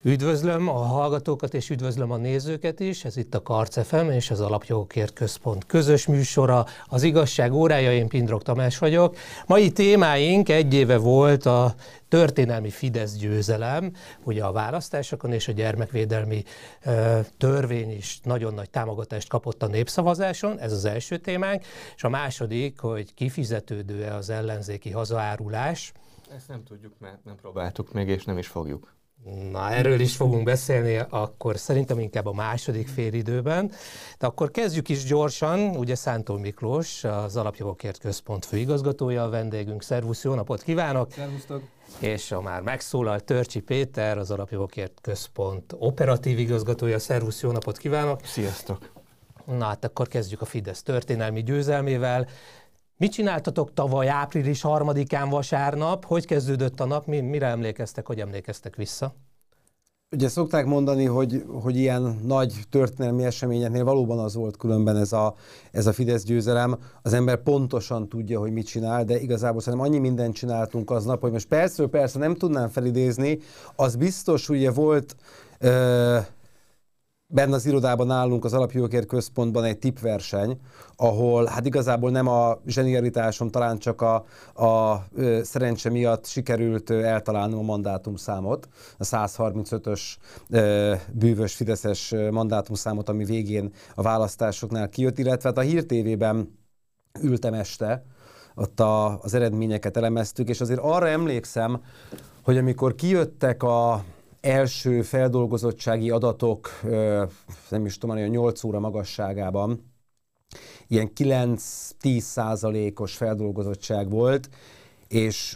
Üdvözlöm a hallgatókat és üdvözlöm a nézőket is, ez itt a Karc FM és az Alapjogokért Központ közös műsora, az Igazság órája, én Pindrok Tamás vagyok. Mai témáink egy éve volt a történelmi Fidesz győzelem, ugye a választásokon és a gyermekvédelmi törvény is nagyon nagy támogatást kapott a népszavazáson, ez az első témánk, és a második, hogy kifizetődő-e az ellenzéki hazaárulás. Ezt nem tudjuk, mert nem próbáltuk még, és nem is fogjuk. Na, erről is fogunk beszélni, akkor szerintem inkább a második félidőben. De akkor kezdjük is gyorsan, ugye Szántó Miklós, az Alapjogokért Központ főigazgatója a vendégünk. Szervusz, jó napot kívánok! Szervusztok! És a már megszólalt Törcsi Péter, az Alapjogokért Központ operatív igazgatója. Szervusz, jó napot kívánok! Sziasztok! Na, hát akkor kezdjük a Fidesz történelmi győzelmével. Mit csináltatok tavaly április 3-án vasárnap? Hogy kezdődött a nap? Mire emlékeztek, hogy emlékeztek vissza? Ugye szokták mondani, hogy ilyen nagy történelmi eseményeknél valóban az volt különben ez a Fidesz győzelem. Az ember pontosan tudja, hogy mit csinál, de igazából szerintem annyi mindent csináltunk aznap, hogy most percről persze nem tudnám felidézni. Az biztos, ugye volt... Benne az irodában nálunk az Alapjogokért Központban egy tippverseny, ahol hát igazából nem a zsenialitásom, talán csak a szerencse miatt sikerült eltalálnom a mandátumszámot, a 135-ös bűvös fideszes mandátumszámot, ami végén a választásoknál kijött, illetve hát a Hír TV-ben ültem este, ott az eredményeket elemeztük, és azért arra emlékszem, hogy amikor kijöttek a első feldolgozottsági adatok, nem is tudom, olyan 8 óra magasságában, ilyen 9-10%-os feldolgozottság volt, és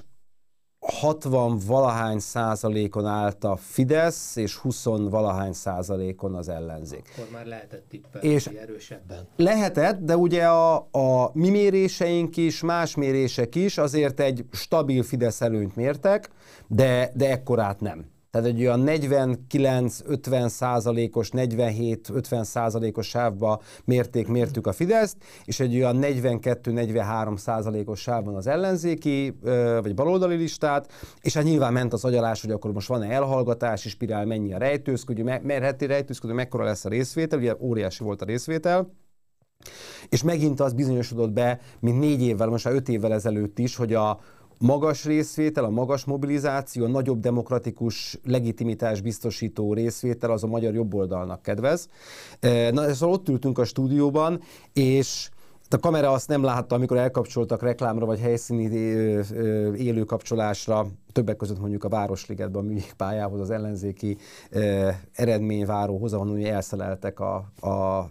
60-valahány százalékon állt a Fidesz, és 20-valahány százalékon az ellenzék. Akkor már lehetett tippelni erősebben. Lehetett, de ugye a mi méréseink is, más mérések is azért egy stabil Fidesz előnyt mértek, de ekkorát nem. Tehát egy olyan 49-50 százalékos, 47-50 százalékos sávba mértük a Fideszt, és egy olyan 42-43 százalékos sávban az ellenzéki, vagy baloldali listát, és hát nyilván ment az agyalás, hogy akkor most van-e elhallgatási spirál, mennyi a rejtőzködő, merheti rejtőzködő, mekkora lesz a részvétel, ugye óriási volt a részvétel, és megint az bizonyosodott be, mint 4 évvel, most már 5 évvel ezelőtt is, hogy a magas részvétel, a magas mobilizáció, a nagyobb demokratikus legitimitás biztosító részvétel az a magyar jobboldalnak kedvez. Na, szóval ott ültünk a stúdióban, és a kamera azt nem látta, amikor elkapcsoltak reklámra, vagy helyszíni élő kapcsolásra, többek között mondjuk a Városligetben a műjégpályához, az ellenzéki eredményváróhoz, ahonnan elszeleltek a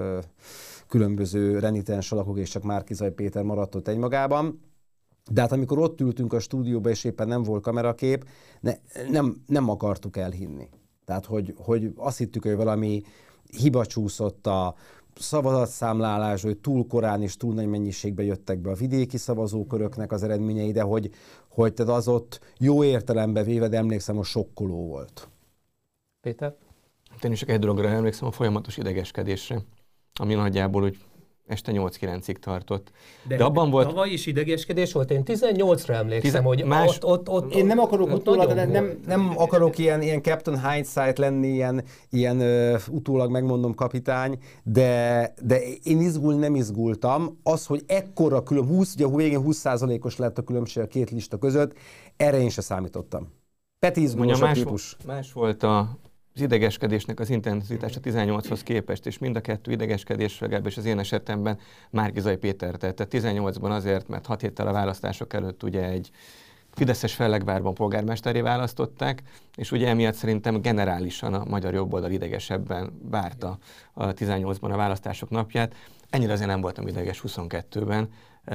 különböző renitens alakok, és csak Márki-Zay Péter maradt ott egymagában. De hát amikor ott ültünk a stúdióba, és éppen nem volt kamerakép, nem akartuk elhinni. Tehát, hogy azt hittük, hogy valami hiba csúszott a szavazatszámlálás, hogy túl korán és túl nagy mennyiségben jöttek be a vidéki szavazóköröknek az eredményei, de hogy tehát az ott jó értelembe véve, de emlékszem, hogy sokkoló volt. Péter? Én is csak egy dologra emlékszem, a folyamatos idegeskedésre, ami nagyjából úgy este 8-9-ig tartott. De abban volt... Tavaly is idegeskedés volt, én 18-ra emlékszem, hogy ott... Én nem akarok utólag, nem akarok ilyen Captain Hindsight lenni, ilyen utólag megmondom kapitány, de én nem izgultam. Az, hogy ekkora ugye a végén 20%-os lett a különbség a két lista között, erre én se számítottam. Peti izgulós a típus. Más volt az idegeskedésnek az intenzitása 18-hoz képest, és mind a kettő idegeskedés, legalábbis az én esetemben Márki-Zay Péter tette. 18-ban azért, mert 6 héttel a választások előtt ugye egy fideszes Fellegvárban polgármesteré választották, és ugye emiatt szerintem generálisan a magyar jobboldal idegesebben várta a 18-ban a választások napját. Ennyire azért nem voltam ideges 22-ben,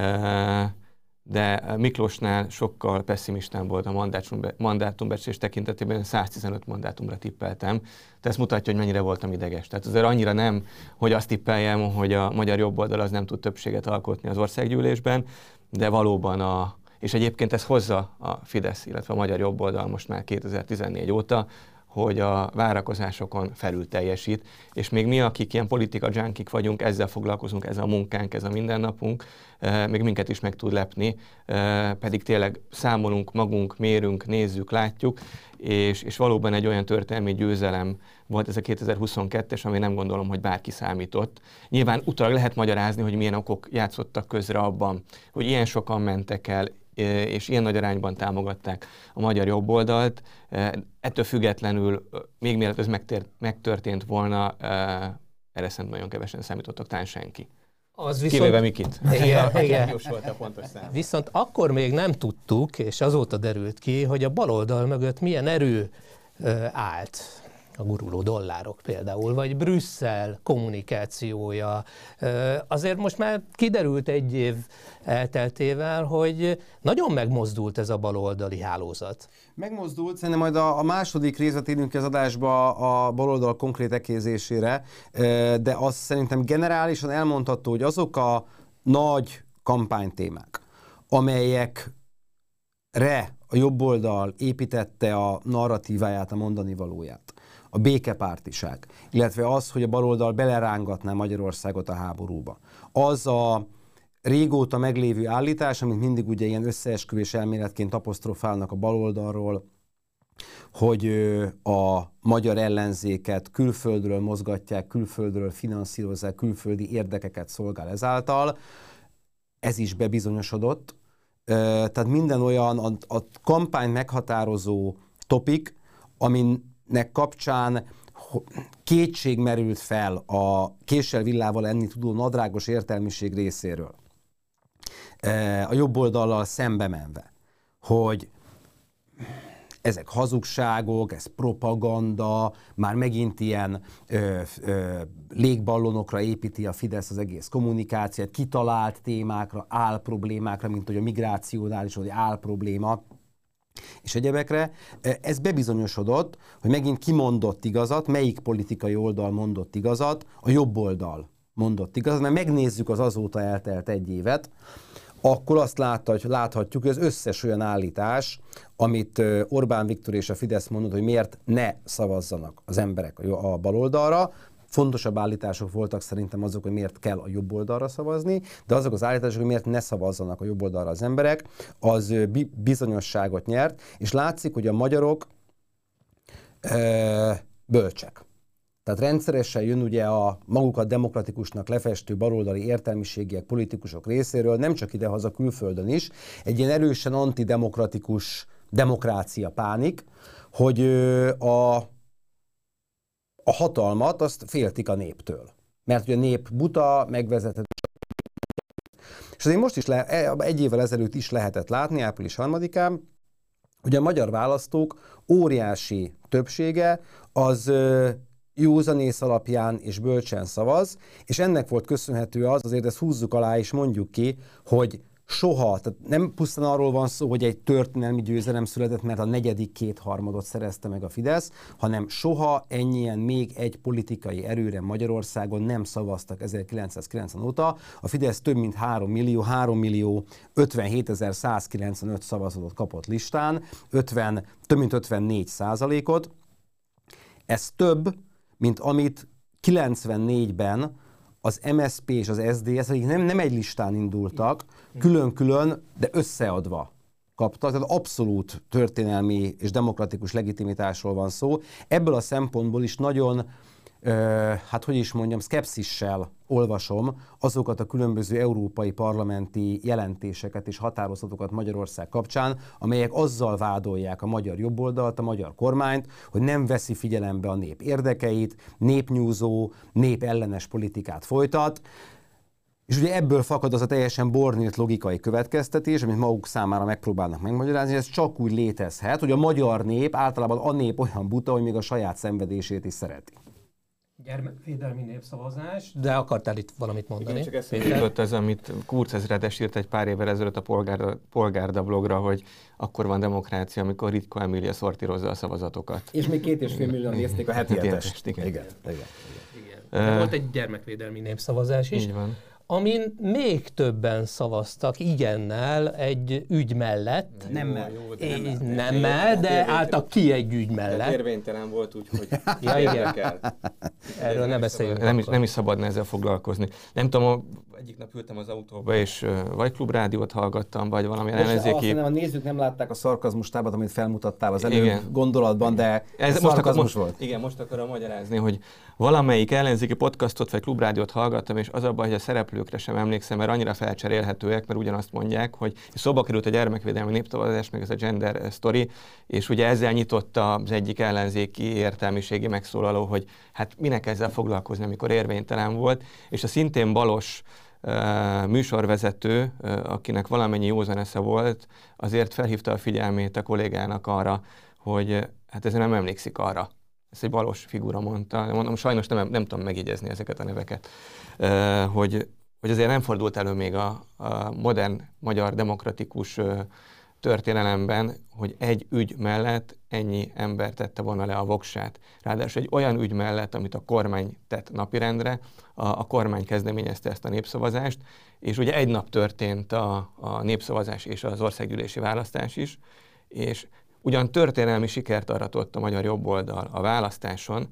de Miklósnál sokkal pessimistán volt a mandátumbecslés tekintetében, 115 mandátumra tippeltem. De ez mutatja, hogy mennyire voltam ideges. Tehát azért annyira nem, hogy azt tippeljem, hogy a magyar jobboldal az nem tud többséget alkotni az országgyűlésben, de valóban és egyébként ez hozza a Fidesz, illetve a magyar jobboldal most már 2014 óta, hogy a várakozásokon felül teljesít, és még mi, akik ilyen politika junkik vagyunk, ezzel foglalkozunk, ez a munkánk, ez a mindennapunk, még minket is meg tud lepni, pedig tényleg számolunk, magunk, mérünk, nézzük, látjuk, és valóban egy olyan történelmi győzelem volt ez a 2022-es, ami nem gondolom, hogy bárki számított. Nyilván utólag lehet magyarázni, hogy milyen okok játszottak közre abban, hogy ilyen sokan mentek el, és ilyen nagy arányban támogatták a magyar jobboldalt. Ettől függetlenül, még mielőtt ez megtörtént volna, erre szerintem nagyon kevesen számítottak, talán senki. Kivéve Mikit. Igen. Jósolta a pontos szám. Viszont akkor még nem tudtuk, és azóta derült ki, hogy a baloldal mögött milyen erő állt. A guruló dollárok például, vagy Brüsszel kommunikációja. Azért most már kiderült egy év elteltével, hogy nagyon megmozdult ez a baloldali hálózat. Megmozdult, szerintem majd a második részre térünk az adásba a baloldal konkrét ekézésére, de azt szerintem generálisan elmondható, hogy azok a nagy kampánytémák, amelyekre a jobboldal építette a narratíváját, a mondani valóját, a békepártiság, illetve az, hogy a baloldal belerángatná Magyarországot a háborúba. Az a régóta meglévő állítás, amit mindig ugye ilyen összeesküvés elméletként apostrofálnak a baloldalról, hogy a magyar ellenzéket külföldről mozgatják, külföldről finanszírozzák, külföldi érdekeket szolgál ezáltal, ez is bebizonyosodott. Tehát minden olyan a kampány meghatározó topik, aminek kapcsán kétség merült fel a késsel villával enni tudó nadrágos értelmiség részéről. A jobb oldallal szembe menve, hogy ezek hazugságok, ez propaganda, már megint ilyen légballonokra építi a Fidesz az egész kommunikációt, kitalált témákra, álproblémákra, mint hogy a migrációnál is, hogy álprobléma, és egyebekre. Ez bebizonyosodott, hogy megint ki mondott igazat, melyik politikai oldal mondott igazat, a jobb oldal mondott igazat, mert megnézzük az azóta eltelt egy évet, akkor azt láthatjuk, hogy az összes olyan állítás, amit Orbán Viktor és a Fidesz mondott, hogy miért ne szavazzanak az emberek a baloldalra, fontosabb állítások voltak szerintem azok, hogy miért kell a jobb oldalra szavazni, de azok az állítások, hogy miért ne szavazzanak a jobb oldalra az emberek, az bizonyosságot nyert, és látszik, hogy a magyarok bölcsek. Tehát rendszeresen jön ugye a magukat demokratikusnak lefestő baloldali értelmiségiek, politikusok részéről, nem csak idehaza, külföldön is, egy ilyen erősen antidemokratikus demokrácia pánik, hogy a hatalmat azt féltik a néptől. Mert ugye a nép buta, megvezetett. És azért most is egy évvel ezelőtt is lehetett látni, április 3-án, hogy a magyar választók óriási többsége az józanész alapján és bölcsen szavaz, és ennek volt köszönhető az, azért ezt húzzuk alá és mondjuk ki, hogy soha, tehát nem pusztán arról van szó, hogy egy történelmi győzelem született, mert a negyedik kétharmadot szerezte meg a Fidesz, hanem soha ennyien még egy politikai erőre Magyarországon nem szavaztak 1990 óta. A Fidesz több mint 3 millió 57.195 szavazatot kapott listán, több mint 54%-ot. Ez több, mint amit 94-ben az MSZP és az SZDSZ, akik nem egy listán indultak, külön-külön, de összeadva kaptak. Tehát abszolút történelmi és demokratikus legitimitásról van szó. Ebből a szempontból is nagyon, szkepszissel olvasom azokat a különböző európai parlamenti jelentéseket és határozatokat Magyarország kapcsán, amelyek azzal vádolják a magyar jobboldalt, a magyar kormányt, hogy nem veszi figyelembe a nép érdekeit, népnyúzó, népellenes politikát folytat. És ugye ebből fakad az a teljesen bornírt logikai következtetés, amit maguk számára megpróbálnak megmagyarázni, hogy ez csak úgy létezhet, hogy a magyar nép, általában a nép olyan buta, hogy még a saját szenvedését is szereti. Gyermekvédelmi népszavazás, de akartál itt valamit mondani? Igen, csak eszembe jutott ez, amit Kurz ezredes írt egy pár évvel ezelőtt a Polgárda blogra, hogy akkor van demokrácia, amikor Ritko Emília szortírozza a szavazatokat. És még 2,5 millióan nézték a heti hetest. Igen. Volt egy gyermekvédelmi népszavazás is. Így van. amin még többen szavaztak igennel egy ügy mellett. Nemmel, de álltak ki egy ügy mellett. Érvénytelen volt, úgyhogy ja, igen. Erről ne beszéljünk. Nem is szabadna ezzel foglalkozni. Nem tudom, egyik nap ültem az autóba, és vagy klubrádiót hallgattam, vagy valami ellenzéki... A nézők nem látták a szarkazmus táblat, amit felmutattál az előbb gondolatban, de ez szarkazmus volt. Igen, most akarom magyarázni, hogy valamelyik ellenzéki podcastot vagy klubrádiót hallgattam, és az a baj, hogy a szereplőkre sem emlékszem, mert annyira felcserélhetőek, mert ugyanazt mondják, hogy szóba került a gyermekvédelmi népszavazás, meg ez a gender story, és ugye ezzel nyitotta az egyik ellenzéki értelmiségi megszólaló, hogy hát minek ezzel foglalkozni, amikor érvénytelen volt, és a szintén balos műsorvezető, akinek valamennyi józan esze volt, azért felhívta a figyelmét a kollégának arra, hogy hát ezzel nem emlékszik arra. Ezt egy balos figura mondta. Mondom, sajnos nem tudom megjegyezni ezeket a neveket, hogy azért nem fordult elő még a modern magyar demokratikus történelemben, hogy egy ügy mellett ennyi ember tette volna le a voksát. Ráadásul egy olyan ügy mellett, amit a kormány tett napirendre, a kormány kezdeményezte ezt a népszavazást, és ugye egy nap történt a népszavazás és az országgyűlési választás is, és ugyan történelmi sikert aratott a magyar jobboldal a választáson,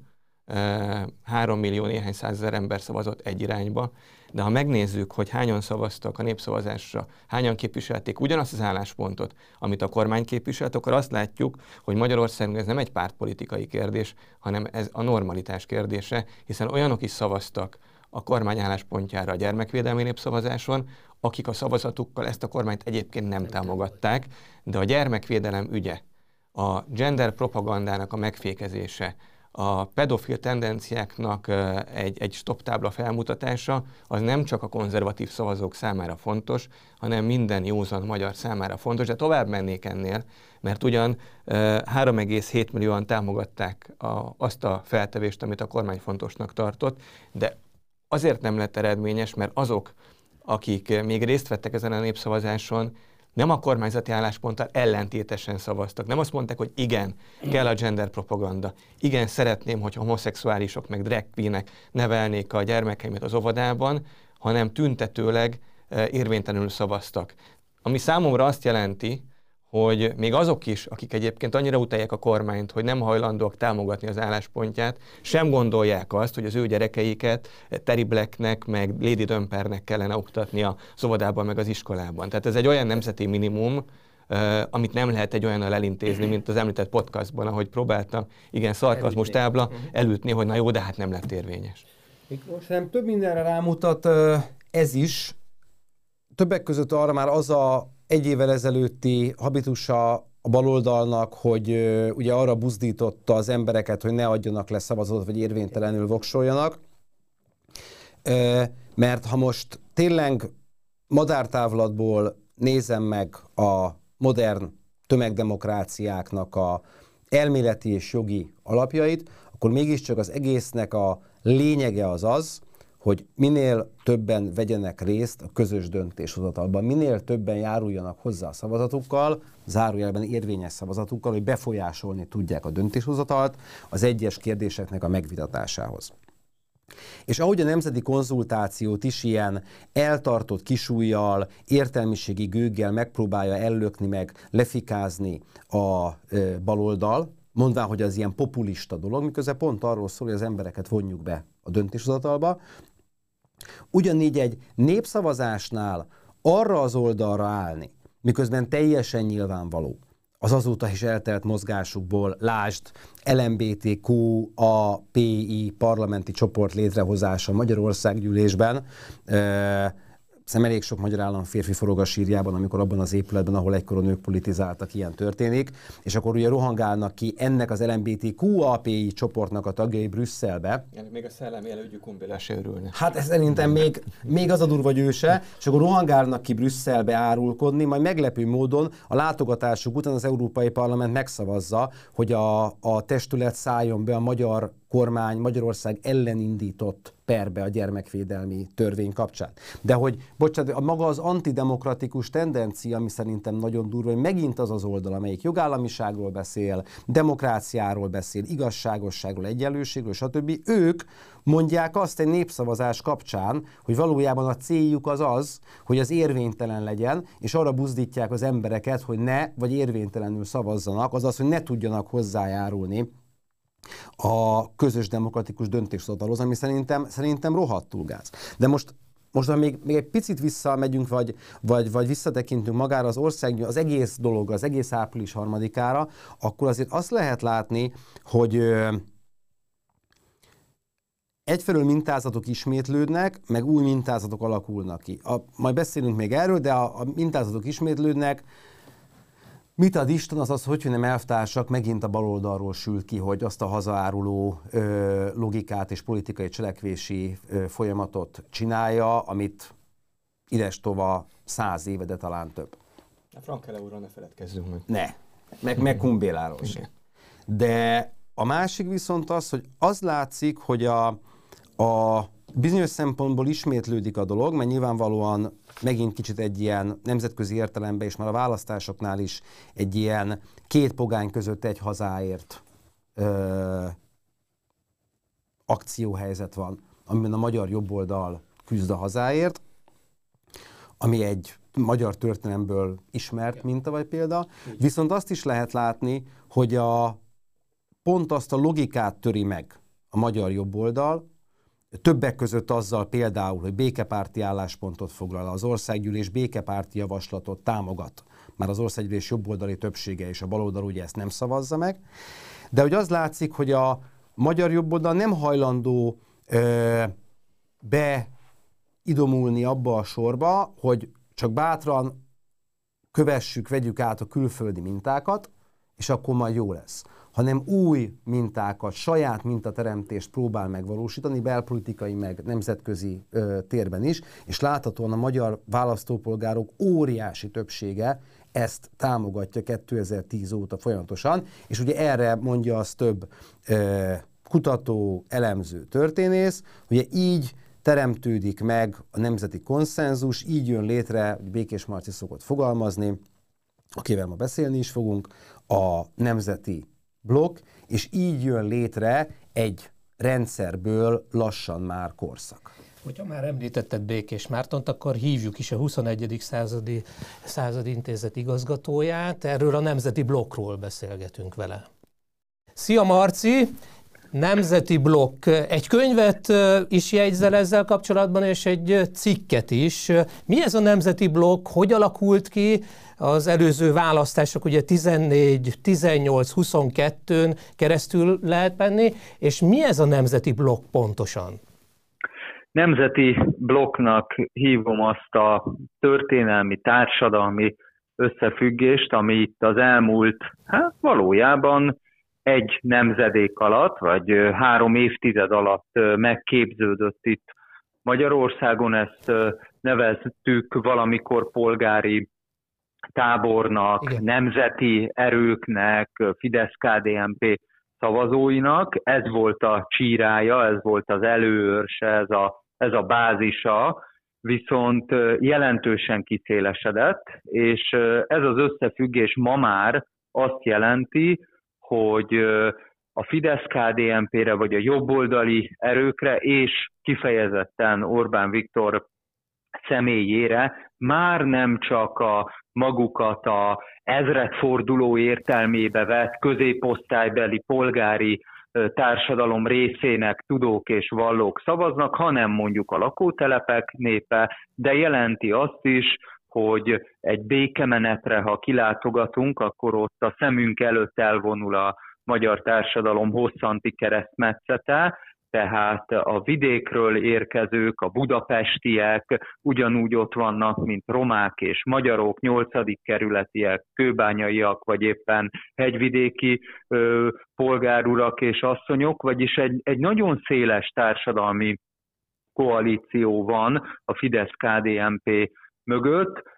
3 millió néhány százezer ember szavazott egy irányba, de ha megnézzük, hogy hányan szavaztak a népszavazásra, hányan képviselték ugyanazt az álláspontot, amit a kormány képviselt, akkor azt látjuk, hogy Magyarországon ez nem egy pártpolitikai kérdés, hanem ez a normalitás kérdése, hiszen olyanok is szavaztak a kormány álláspontjára a gyermekvédelmi népszavazáson, akik a szavazatukkal ezt a kormányt egyébként nem támogatták, de a gyermekvédelem ügye, a gender propagandának a megfékezése, a pedofil tendenciáknak egy stoptábla felmutatása, az nem csak a konzervatív szavazók számára fontos, hanem minden józan magyar számára fontos, de tovább mennék ennél, mert ugyan 3,7 millióan támogatták azt a feltevést, amit a kormány fontosnak tartott, de azért nem lett eredményes, mert azok, akik még részt vettek ezen a népszavazáson, nem a kormányzati állásponttal ellentétesen szavaztak. Nem azt mondták, hogy igen, kell a gender propaganda. Igen, szeretném, hogy homoszexuálisok meg drag queenek nevelnék a gyermekeimet az óvodában, hanem tüntetőleg érvénytelenül szavaztak. Ami számomra azt jelenti, hogy még azok is, akik egyébként annyira utálják a kormányt, hogy nem hajlandóak támogatni az álláspontját, sem gondolják azt, hogy az ő gyerekeiket Terry Blacknek, meg Lady Dömpernek kellene oktatni az óvodában, meg az iskolában. Tehát ez egy olyan nemzeti minimum, amit nem lehet egy olyannal elintézni, mint az említett podcastban, ahogy próbáltam, igen, szarkazmus tábla elütni, hogy na jó, de hát nem lett érvényes. Most nem több mindenre rámutat ez is, többek között arra már az a egy évvel ezelőtti habitusa a baloldalnak, hogy ugye arra buzdította az embereket, hogy ne adjanak le szavazatot, vagy érvénytelenül voksoljanak. Mert ha most tényleg madártávlatból nézem meg a modern tömegdemokráciáknak a elméleti és jogi alapjait, akkor mégiscsak az egésznek a lényege az, hogy minél többen vegyenek részt a közös döntéshozatalban, minél többen járuljanak hozzá a szavazatukkal, zárójelben érvényes szavazatukkal, hogy befolyásolni tudják a döntéshozatalt az egyes kérdéseknek a megvitatásához. És ahogy a nemzeti konzultációt is ilyen eltartott kisujjal, értelmiségi gőggel megpróbálja ellökni meg, lefikázni a baloldal, mondván, hogy az ilyen populista dolog, miközben pont arról szól, hogy az embereket vonjuk be a döntéshozatalba. Ugyanígy egy népszavazásnál arra az oldalra állni, miközben teljesen nyilvánvaló, az azóta is eltelt mozgásukból, lásd, LMBTQ-API parlamenti csoport létrehozása Magyarországgyűlésben, Szerintem elég sok magyar államférfi forog a sírjában, amikor abban az épületben, ahol egykor a nők politizáltak, ilyen történik, és akkor ugye rohangálnak ki ennek az LMBTQ-API csoportnak a tagjai Brüsszelbe. Még a szellemi elődjű kumbéla se örülne. Hát ez szerintem még az a durva győse, és akkor rohangálnak ki Brüsszelbe árulkodni, majd meglepő módon a látogatásuk után az Európai Parlament megszavazza, hogy a testület szálljon be a magyar kormány Magyarország ellen indított perbe a gyermekvédelmi törvény kapcsán. De hogy, bocsánat, maga az antidemokratikus tendencia, ami szerintem nagyon durva, hogy megint az az oldal, amelyik jogállamiságról beszél, demokráciáról beszél, igazságosságról, egyenlőségről, stb. Ők mondják azt egy népszavazás kapcsán, hogy valójában a céljuk az, hogy az érvénytelen legyen, és arra buzdítják az embereket, hogy ne, vagy érvénytelenül szavazzanak, azaz, hogy ne tudjanak hozzájárulni a közös demokratikus döntéshozatalhoz, ami szerintem rohadtul gáz. De most ha még egy picit visszamegyünk, vagy visszatekintünk magára az ország, az egész dologra, az egész április 3-ára, akkor azért azt lehet látni, hogy egyfelől mintázatok ismétlődnek, meg új mintázatok alakulnak ki. Majd beszélünk még erről, de a mintázatok ismétlődnek. Mit ad Isten, az, hogy nem elvtársak, megint a baloldalról sül ki, hogy azt a hazaáruló logikát és politikai cselekvési folyamatot csinálja, amit idestova 100 éve, de talán több. A Frankele úrról ne feledkezzünk meg. Meg Kumbéláról sem. De a másik viszont az, hogy az látszik, hogy a bizonyos szempontból ismétlődik a dolog, mert nyilvánvalóan megint kicsit egy ilyen nemzetközi értelemben, és már a választásoknál is egy ilyen két pogány között egy hazáért akcióhelyzet van, amiben a magyar jobboldal küzd a hazáért, ami egy magyar történelemből ismert minta vagy példa, viszont azt is lehet látni, hogy pont azt a logikát töri meg a magyar jobboldal, többek között azzal például, hogy békepárti álláspontot foglal, az országgyűlés békepárti javaslatot támogat. Már az országgyűlés jobboldali többsége és a baloldal ugye ezt nem szavazza meg. De hogy az látszik, hogy a magyar jobboldal nem hajlandó beidomulni abba a sorba, hogy csak bátran kövessük, vegyük át a külföldi mintákat, és akkor majd jó lesz. Hanem új mintákat, saját mintateremtést próbál megvalósítani, belpolitikai meg nemzetközi térben is, és láthatóan a magyar választópolgárok óriási többsége ezt támogatja 2010 óta folyamatosan, és ugye erre mondja azt több kutató, elemző, történész, hogy így teremtődik meg a nemzeti konszenzus, így jön létre, Békés Marci szokott fogalmazni, akivel ma beszélni is fogunk, a nemzeti blokk, és így jön létre egy rendszerből lassan már korszak. Hogyha már említetted Békés Mártont, akkor hívjuk is a 21. századi intézet igazgatóját, erről a nemzeti blokkról beszélgetünk vele. Szia Marci! Nemzeti blokk. Egy könyvet is jegyzel ezzel kapcsolatban, és egy cikket is. Mi ez a nemzeti blokk? Hogy alakult ki? Az előző választások ugye 14, 18, 22-n keresztül lehet menni, és mi ez a nemzeti blokk pontosan? Nemzeti blokknak hívom azt a történelmi, társadalmi összefüggést, ami itt az elmúlt, valójában egy nemzedék alatt, vagy 3 évtized alatt megképződött itt Magyarországon. Ezt neveztük valamikor polgári tábornak, igen, nemzeti erőknek, Fidesz-KDNP szavazóinak. Ez volt a csírája, ez volt az előőrse, ez a bázisa, viszont jelentősen kiszélesedett, és ez az összefüggés ma már azt jelenti, hogy a Fidesz-KDNP-re vagy a jobboldali erőkre és kifejezetten Orbán Viktor személyére már nem csak a magukat a ezredforduló értelmébe vett középosztálybeli polgári társadalom részének tudók és vallók szavaznak, hanem mondjuk a lakótelepek népe, de jelenti azt is, hogy egy békemenetre, ha kilátogatunk, akkor ott a szemünk előtt elvonul a magyar társadalom hosszanti keresztmetszete, tehát a vidékről érkezők, a budapestiek ugyanúgy ott vannak, mint romák és magyarok, 8. kerületiek, kőbányaiak, vagy éppen hegyvidéki polgárurak és asszonyok, vagyis egy nagyon széles társadalmi koalíció van a Fidesz-KDNP mögött.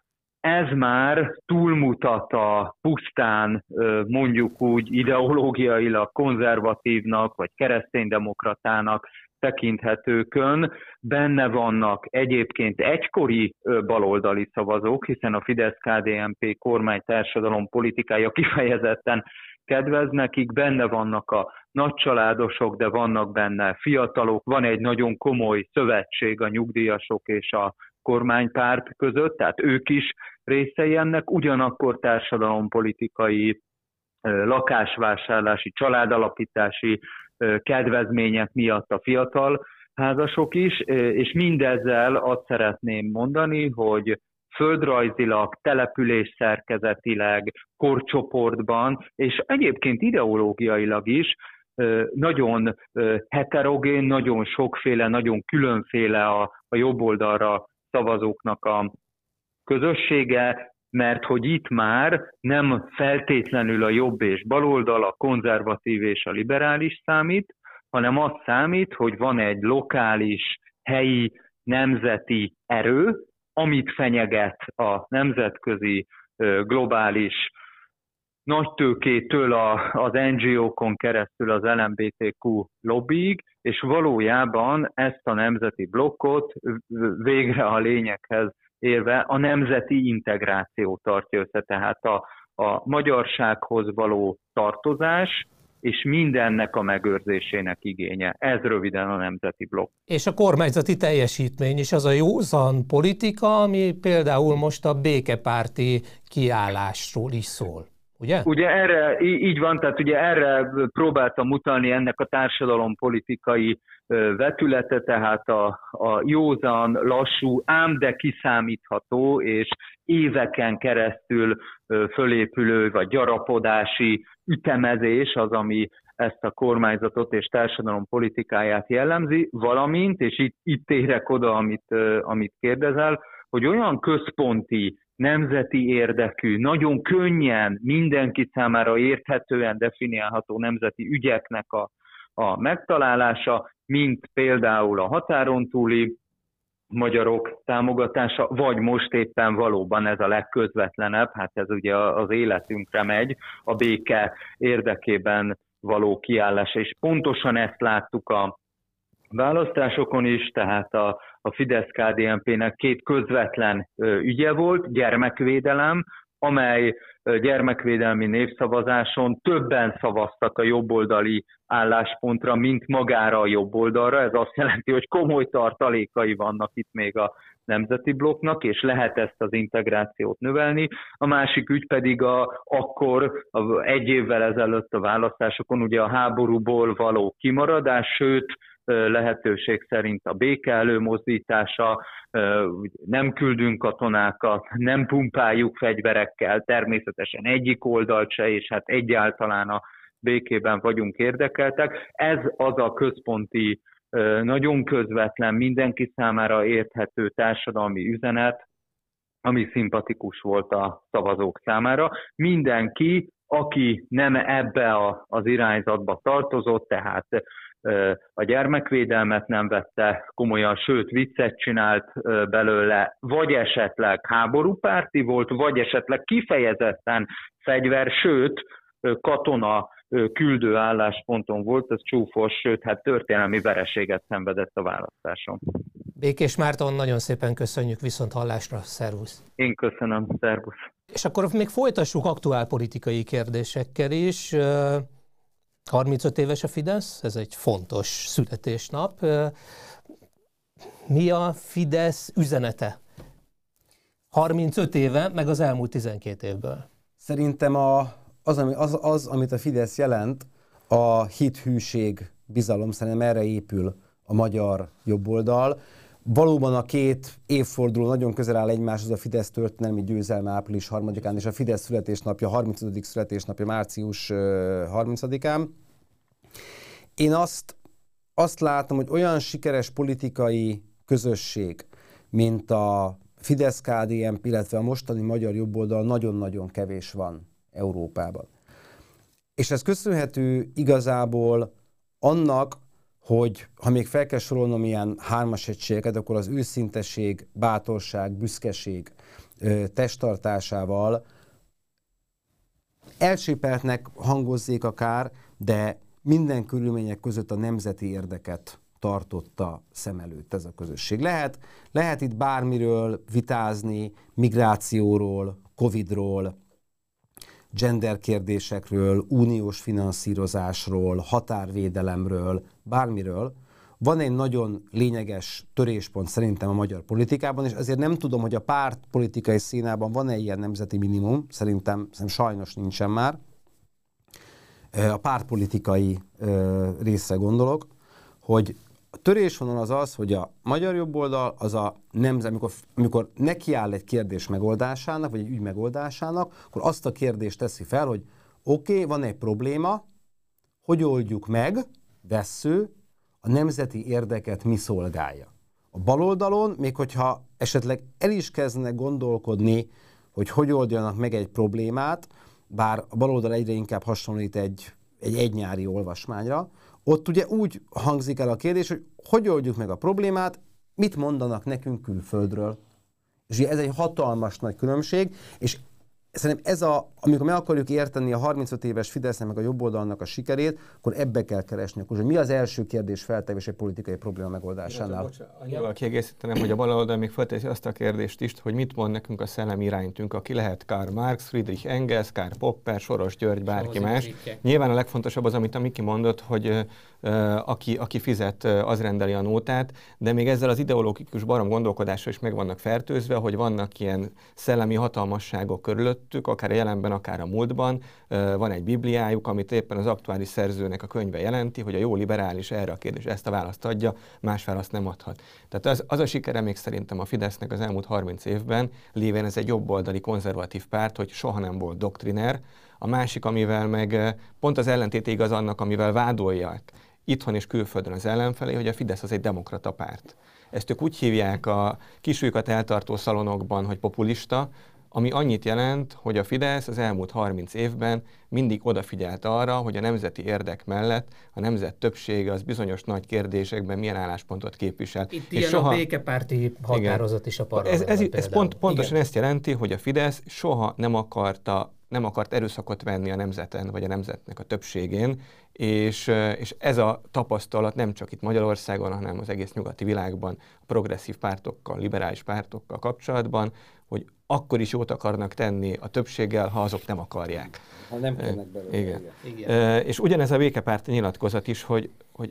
ez már túlmutat a pusztán mondjuk úgy ideológiailag konzervatívnak vagy kereszténydemokratának tekinthetőkön. Benne vannak egyébként egykori baloldali szavazók, hiszen a Fidesz-KDNP kormánytársadalom politikája kifejezetten kedvez nekik, benne vannak a nagycsaládosok, de vannak benne fiatalok, van egy nagyon komoly szövetség a nyugdíjasok és a kormánypárt között, tehát ők is részei ennek, ugyanakkor társadalompolitikai, lakásvásárlási, családalapítási kedvezmények miatt a fiatal házasok is, és mindezzel azt szeretném mondani, hogy földrajzilag, település szerkezetileg, korcsoportban, és egyébként ideológiailag is nagyon heterogén, nagyon sokféle, nagyon különféle a jobb oldalra szavazóknak a közössége, mert hogy itt már nem feltétlenül a jobb és baloldal, a konzervatív és a liberális számít, hanem az számít, hogy van egy lokális, helyi, nemzeti erő, amit fenyeget a nemzetközi, globális nagytőkétől az NGO-kon keresztül az LMBTQ lobbyig, és valójában ezt a nemzeti blokkot végre a lényeghez érve a nemzeti integráció tartja össze, tehát a magyarsághoz való tartozás, és mindennek a megőrzésének igénye. Ez röviden a nemzeti blokk. És a kormányzati teljesítmény is az a józan politika, ami például most a békepárti kiállásról is szól. Ugye? Ugye erre, így van, tehát ugye erre próbáltam utalni ennek a társadalompolitikai vetülete, tehát a józan, lassú, ám de kiszámítható és éveken keresztül fölépülő vagy gyarapodási ütemezés az, ami ezt a kormányzatot és társadalompolitikáját jellemzi, valamint, és itt érek oda, amit kérdezel, hogy olyan központi, nemzeti érdekű, nagyon könnyen, mindenki számára érthetően definiálható nemzeti ügyeknek a megtalálása, mint például a határon túli magyarok támogatása, vagy most éppen valóban ez a legközvetlenebb, hát ez ugye az életünkre megy, a béke érdekében való kiállása, és pontosan ezt láttuk a választásokon is, tehát a Fidesz-KDNP-nek két közvetlen ügye volt, gyermekvédelem, amely gyermekvédelmi népszavazáson többen szavaztak a jobboldali álláspontra, mint magára a jobboldalra. Ez azt jelenti, hogy komoly tartalékai vannak itt még a nemzeti blokknak, és lehet ezt az integrációt növelni. A másik ügy pedig egy évvel ezelőtt a választásokon ugye a háborúból való kimaradás, sőt, lehetőség szerint a béke előmozdítása, nem küldünk katonákat, nem pumpáljuk fegyverekkel, természetesen egyik oldalt se, és hát egyáltalán a békében vagyunk érdekeltek. Ez az a központi, nagyon közvetlen, mindenki számára érthető társadalmi üzenet, ami szimpatikus volt a szavazók számára. Mindenki, aki nem ebbe az irányzatba tartozott, tehát a gyermekvédelmet nem vette komolyan, sőt viccet csinált belőle, vagy esetleg háborúpárti volt, vagy esetleg kifejezetten fegyver, sőt katona küldő állásponton volt, ez csúfos, sőt hát történelmi vereséget szenvedett a választáson. Békés Márton, nagyon szépen köszönjük, viszont hallásra, szervusz! Én köszönöm, szervusz! És akkor még folytassuk aktuálpolitikai kérdésekkel is. 35 éves a Fidesz, ez egy fontos születésnap. Mi a Fidesz üzenete? 35 éve, meg az elmúlt 12 évből. Szerintem az, amit a Fidesz jelent, a hit, hűség, bizalom, szerintem erre épül a magyar jobboldal. Valóban a két évforduló nagyon közel áll egymáshoz, a Fidesz történelmi győzelme április 3-án és a Fidesz születésnapja, 35. születésnapja március 30-án. Én azt látom, hogy olyan sikeres politikai közösség, mint a Fidesz-KDNP, illetve a mostani magyar jobboldal nagyon-nagyon kevés van Európában. És ez köszönhető igazából annak, hogy ha még fel kell sorolnom ilyen hármas egységeket, akkor az őszinteség, bátorság, büszkeség testtartásával elsépeltnek hangozzék akár, de minden körülmények között a nemzeti érdeket tartotta szem előtt ez a közösség. Lehet itt bármiről vitázni, migrációról, Covidról, gender kérdésekről, uniós finanszírozásról, határvédelemről, bármiről. Van egy nagyon lényeges töréspont szerintem a magyar politikában, és azért nem tudom, hogy a pártpolitikai színában van-e ilyen nemzeti minimum, szerintem sajnos nincsen már. A pártpolitikai részre gondolok, hogy a törésvonal az az, hogy a magyar jobboldal az a nemzet, amikor nekiáll egy kérdés megoldásának, vagy egy ügy megoldásának, akkor azt a kérdést teszi fel, hogy oké, van egy probléma, hogy oldjuk meg, vessző, a nemzeti érdeket mi szolgálja. A baloldalon, még hogyha esetleg el is kezdenek gondolkodni, hogy oldjanak meg egy problémát, bár a baloldal egyre inkább hasonlít egy nyári olvasmányra, ott ugye úgy hangzik el a kérdés, hogy oldjuk meg a problémát, mit mondanak nekünk külföldről. És ugye ez egy hatalmas nagy különbség, és szerintem amikor meg akarjuk érteni a 35 éves Fidesznek meg a jobboldalnak a sikerét, akkor ebbe kell keresni. Akkor, hogy mi az első kérdés feltevés egy politikai probléma megoldásánál? Annyival kiegészítenem, hogy a baloldal még felteszi azt a kérdést is, hogy mit mond nekünk a szellemi iránytünk, aki lehet Karl Marx, Friedrich Engels, Karl Popper, Soros György, bárki más. Nyilván a legfontosabb az, amit a Miki mondott, hogy aki fizet, az rendeli a nótát, de még ezzel az ideológikus barom gondolkodással is meg vannak fertőzve, hogy vannak ilyen szellemi hatalmasságok körülöttük, akár a jelenben, akár a múltban. Van egy bibliájuk, amit éppen az aktuális szerzőnek a könyve jelenti, hogy a jó liberális erre a kérdés ezt a választ adja, más választ nem adhat. Tehát az a sikere még szerintem a Fidesznek az elmúlt 30 évben, lévén ez egy jobboldali konzervatív párt, hogy soha nem volt doktriner. A másik, amivel meg pont az ellentét igaz annak, amivel vádolják itthon és külföldön az ellenfelé, hogy a Fidesz az egy demokrata párt. Ezt ők úgy hívják a kisújukat eltartó szalonokban, hogy populista, ami annyit jelent, hogy a Fidesz az elmúlt 30 évben mindig odafigyelt arra, hogy a nemzeti érdek mellett a nemzet többsége az bizonyos nagy kérdésekben milyen álláspontot képvisel. Itt és ilyen a békepárti határozat is a parlamentben. Ez pontosan ezt jelenti, hogy a Fidesz soha nem akart erőszakot venni a nemzeten, vagy a nemzetnek a többségén, és ez a tapasztalat nem csak itt Magyarországon, hanem az egész nyugati világban, a progresszív pártokkal, liberális pártokkal kapcsolatban, hogy akkor is jót akarnak tenni a többséggel, ha azok nem akarják. Ha nem kérnek belőle. Igen. És ugyanez a békepárti nyilatkozat is, hogy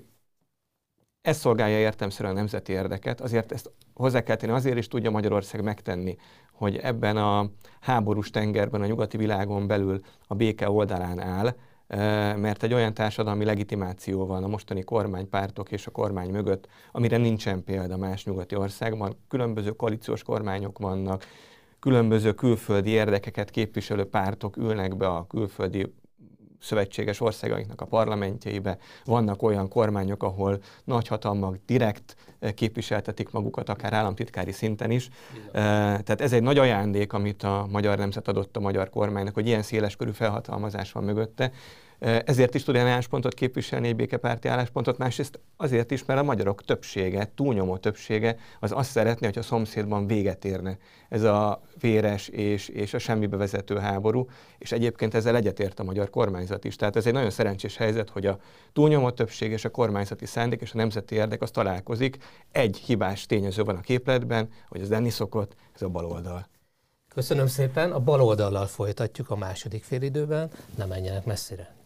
ez szolgálja értelemszerűen a nemzeti érdeket, azért ezt hozzá kell tenni, azért is tudja Magyarország megtenni, hogy ebben a háborús tengerben, a nyugati világon belül a béke oldalán áll, mert egy olyan társadalmi legitimáció van a mostani kormánypártok és a kormány mögött, amire nincsen példa más nyugati országban. Különböző koalíciós kormányok vannak, különböző külföldi érdekeket képviselő pártok ülnek be a külföldi szövetséges országainknak a parlamentjeibe. Vannak olyan kormányok, ahol nagyhatalmak direkt képviseltetik magukat, akár államtitkári szinten is. Tehát ez egy nagy ajándék, amit a magyar nemzet adott a magyar kormánynak, hogy ilyen széleskörű felhatalmazás van mögötte. Ezért is tud ilyen álláspontot képviselni, egy békepárti álláspontot, másrészt azért is, mert a magyarok többsége, túlnyomó többsége az azt szeretné, hogy a szomszédban véget érne ez a véres és a semmibe vezető háború, és egyébként ezzel egyetért a magyar kormányzat is. Tehát ez egy nagyon szerencsés helyzet, hogy a túlnyomó többség és a kormányzati szándék és a nemzeti érdek az találkozik. Egy hibás tényező van a képletben, hogy az lenni szokott, ez a baloldal. Köszönöm szépen, a baloldallal folytatjuk a második félidőben, ne menjenek messzire.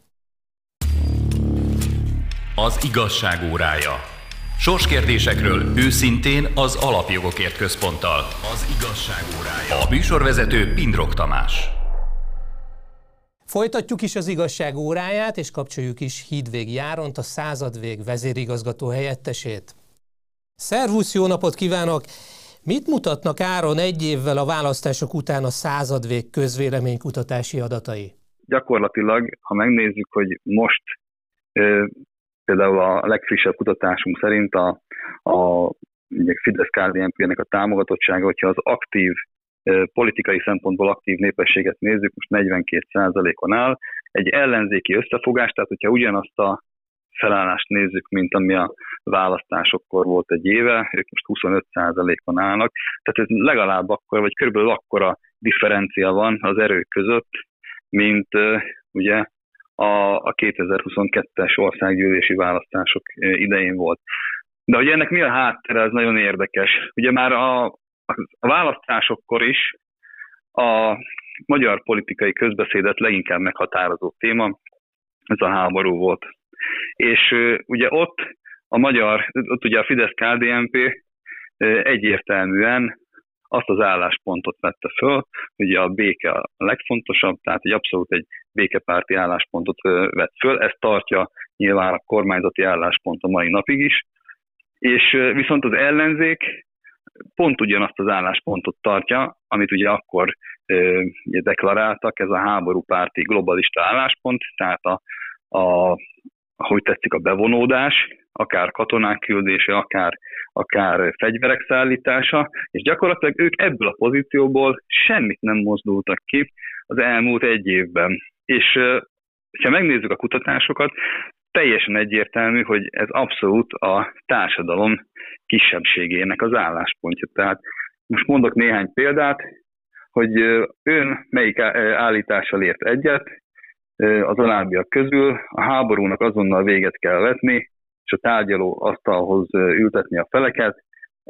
Az igazság órája. Sorskérdésekről őszintén az Alapjogokért Központtal. Az igazság órája. A műsorvezető Pindrok Tamás. Folytatjuk is az igazság óráját, és kapcsoljuk is Hídvég Járont, a Századvég vezérigazgató helyettesét. Szervusz, jó napot kívánok! Mit mutatnak Áron egy évvel a választások után a Századvég közvéleménykutatási adatai? Gyakorlatilag, ha megnézzük, hogy most például a legfrissebb kutatásunk szerint a Fidesz-KDNP-nek a támogatottsága, hogyha az aktív, politikai szempontból aktív népességet nézzük, most 42%-on áll. Egy ellenzéki összefogás, tehát hogyha ugyanazt a felállást nézzük, mint ami a választásokkor volt egy éve, ők most 25%-on állnak, tehát ez legalább akkor, vagy körülbelül akkora differencia van az erők között, mint ugye a 2022-es országgyűlési választások idején volt. De hogy ennek mi a háttere, ez nagyon érdekes. Ugye már a választásokkor is a magyar politikai közbeszédet leginkább meghatározó téma, ez a háború volt. És ugye ott ugye a Fidesz-KDNP egyértelműen azt az álláspontot vette föl, ugye a béke a legfontosabb, tehát abszolút egy békepárti álláspontot vett föl, ezt tartja nyilván a kormányzati álláspont a mai napig is, és viszont az ellenzék pont ugyanazt az álláspontot tartja, amit ugye akkor ugye deklaráltak, ez a háborúpárti globalista álláspont, tehát ahogy tetszik, a bevonódás, akár katonák küldése, akár fegyverek szállítása, és gyakorlatilag ők ebből a pozícióból semmit nem mozdultak ki az elmúlt egy évben. És ha megnézzük a kutatásokat, teljesen egyértelmű, hogy ez abszolút a társadalom kisebbségének az álláspontja. Tehát most mondok néhány példát, hogy ön melyik állítással ért egyet, az alábbiak közül a háborúnak azonnal véget kell vetni, és a tárgyaló asztalhoz ültetni a feleket.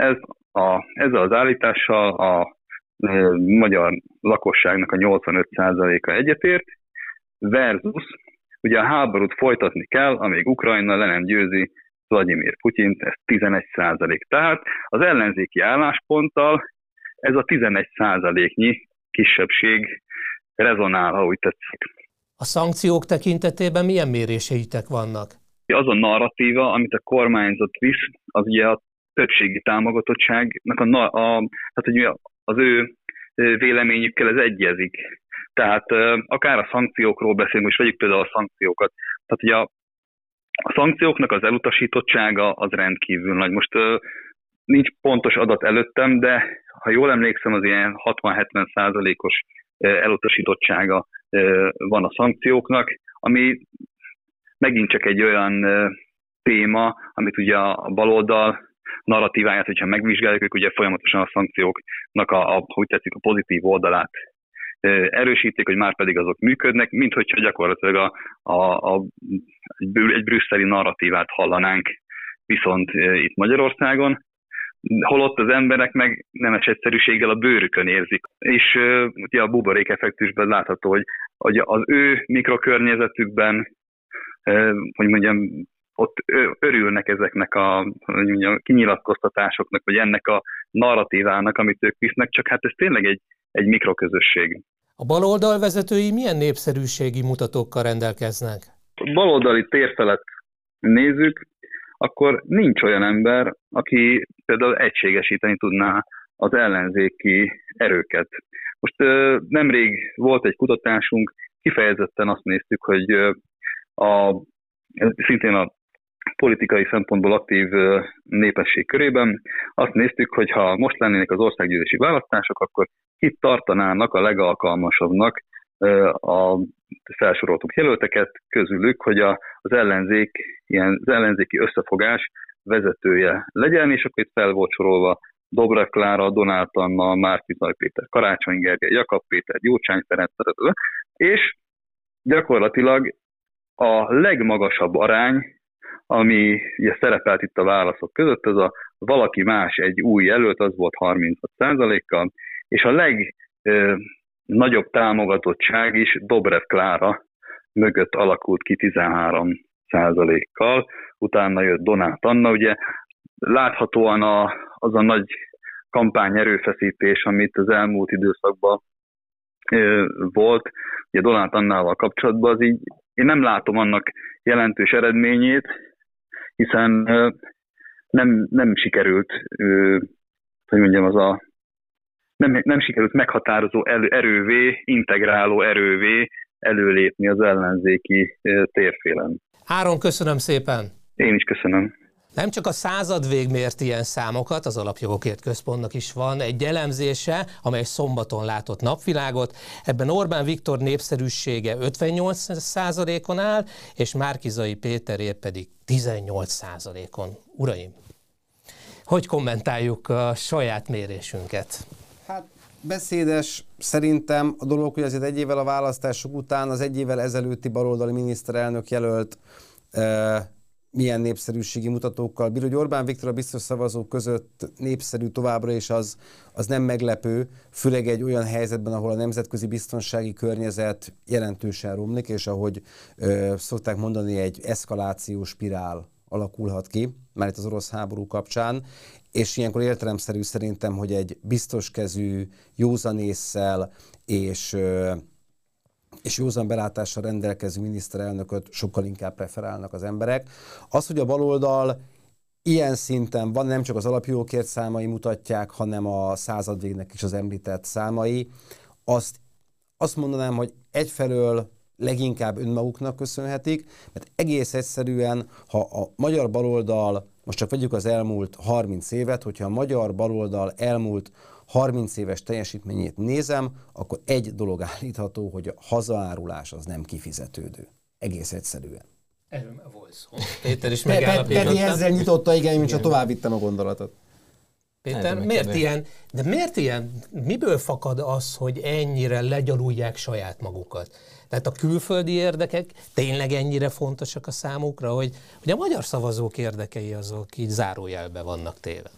Ezzel az állítással a magyar lakosságnak a 85%-a egyetért, versus ugye a háborút folytatni kell, amíg Ukrajna le nem győzi Vladimir Putyint, ez 11%. Tehát az ellenzéki állásponttal ez a 11%-nyi kisebbség rezonál, ha úgy tetszik. A szankciók tekintetében milyen méréseitek vannak? Az a narratíva, amit a kormányzat visz, az ugye a többségi támogatottságnak tehát ugye az ő véleményükkel ez egyezik. Tehát akár a szankciókról beszélünk, most vegyük például a szankciókat. Tehát ugye a szankcióknak az elutasítottsága az rendkívül nagy. Most nincs pontos adat előttem, de ha jól emlékszem, az ilyen 60-70%-os elutasítottsága van a szankcióknak, ami megint csak egy olyan téma, amit ugye a baloldal narratíváját, hogyha megvizsgáljuk, ők ugye folyamatosan a szankcióknak hogy tetszik, a pozitív oldalát erősítik, hogy már pedig azok működnek, mint hogyha gyakorlatilag egy brüsszeli narratívát hallanánk viszont itt Magyarországon, holott az emberek meg nemes egyszerűséggel a bőrükön érzik. És ugye a buborékeffektusban látható, hogy az ő mikrokörnyezetükben, hogy mondjam, ott örülnek ezeknek a kinyilatkoztatásoknak, vagy ennek a narratívának, amit ők visznek, csak hát ez tényleg egy mikroközösség. A baloldal vezetői milyen népszerűségi mutatókkal rendelkeznek? A baloldali térfelet nézzük, akkor nincs olyan ember, aki például egységesíteni tudná az ellenzéki erőket. Most nemrég volt egy kutatásunk, kifejezetten azt néztük, hogy szintén a politikai szempontból aktív népesség körében azt néztük, hogy ha most lennének az országgyűlési választások, akkor kit tartanának a legalkalmasabbnak a felsoroltuk jelölteket közülük, hogy az ellenzéki összefogás vezetője legyen, és akkor itt fel volt sorolva Dobrev Klára, Donát Anna, Márki-Zay Péter, Karácsony Gergely, Jakab Péter, Gyurcsány Ferenc, és gyakorlatilag a legmagasabb arány, ami ugye szerepelt itt a válaszok között, az a valaki más, egy új jelölt, az volt 36%-kal, és a legnagyobb támogatottság is Dobrev Klára mögött alakult ki 13%-kal, utána jött Donát Anna, ugye láthatóan az a nagy kampányerőfeszítés, amit az elmúlt időszakban volt, ugye Donát Annával kapcsolatban, az így én nem látom annak jelentős eredményét, hiszen nem sikerült, hogy mondjam, nem sikerült meghatározó erővé, integráló erővé előlépni az ellenzéki térfélen. Áron, köszönöm szépen! Én is köszönöm. Nem csak a századvég mért ilyen számokat, az Alapjogokért Központnak is van egy elemzése, amely szombaton látott napvilágot. Ebben Orbán Viktor népszerűsége 58%-on áll, és Márki-Zay Péteré pedig 18%-on. Uraim, hogy kommentáljuk a saját mérésünket? Hát beszédes szerintem a dolog, hogy azért egy évvel a választások után az egy évvel ezelőtti baloldali miniszterelnök jelölt milyen népszerűségi mutatókkal bír, hogy Orbán Viktor a biztos szavazók között népszerű továbbra is az nem meglepő, főleg egy olyan helyzetben, ahol a nemzetközi biztonsági környezet jelentősen romlik, és ahogy szokták mondani, egy eszkalációs spirál alakulhat ki, már itt az orosz háború kapcsán, és ilyenkor értelemszerű szerintem, hogy egy biztos kezű, józan ésszel és józan belátással rendelkező miniszterelnököt sokkal inkább preferálnak az emberek. Az, hogy a baloldal ilyen szinten van, nem csak az Alapjogokért számai mutatják, hanem a századvégnek is az említett számai, azt mondanám, hogy egyfelől leginkább önmaguknak köszönhetik, mert egész egyszerűen, ha a magyar baloldal, most csak vegyük az elmúlt 30 évet, hogyha a magyar baloldal elmúlt 30 éves teljesítményét nézem, akkor egy dolog állítható, hogy a hazaárulás az nem kifizetődő. Egész egyszerűen. Erről volt szó. Péter is megállapította. Peti ezzel nyitotta, igen, mint csak tovább vittem a gondolatot. Péter, miért ilyen, miből fakad az, hogy ennyire legyalulják saját magukat? Tehát a külföldi érdekek tényleg ennyire fontosak a számukra, hogy a magyar szavazók érdekei azok így zárójelbe vannak téve?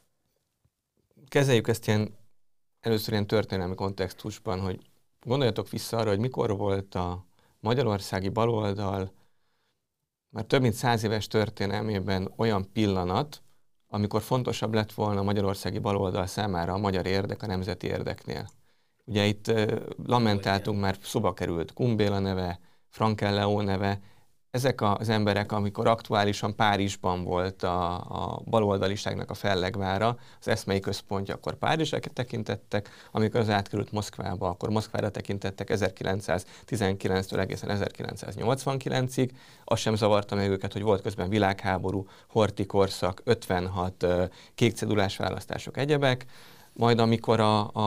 Kezeljük ezt először ilyen történelmi kontextusban, hogy gondoljatok vissza arra, hogy mikor volt a magyarországi baloldal már több mint 100 éves történelmében olyan pillanat, amikor fontosabb lett volna a magyarországi baloldal számára a magyar érdek a nemzeti érdeknél. Ugye itt lamentáltunk, már szóba került Kumbéla neve, Frankel Leó neve, ezek az emberek, amikor aktuálisan Párizsban volt a baloldaliságnak a fellegvára, az eszmei központja, akkor Párizsra tekintettek, amikor az átkerült Moszkvába, akkor Moszkvára tekintettek 1919-től egészen 1989-ig. Az sem zavarta meg őket, hogy volt közben világháború, horthy korszak, 56 kékcedulás választások, egyebek. Majd amikor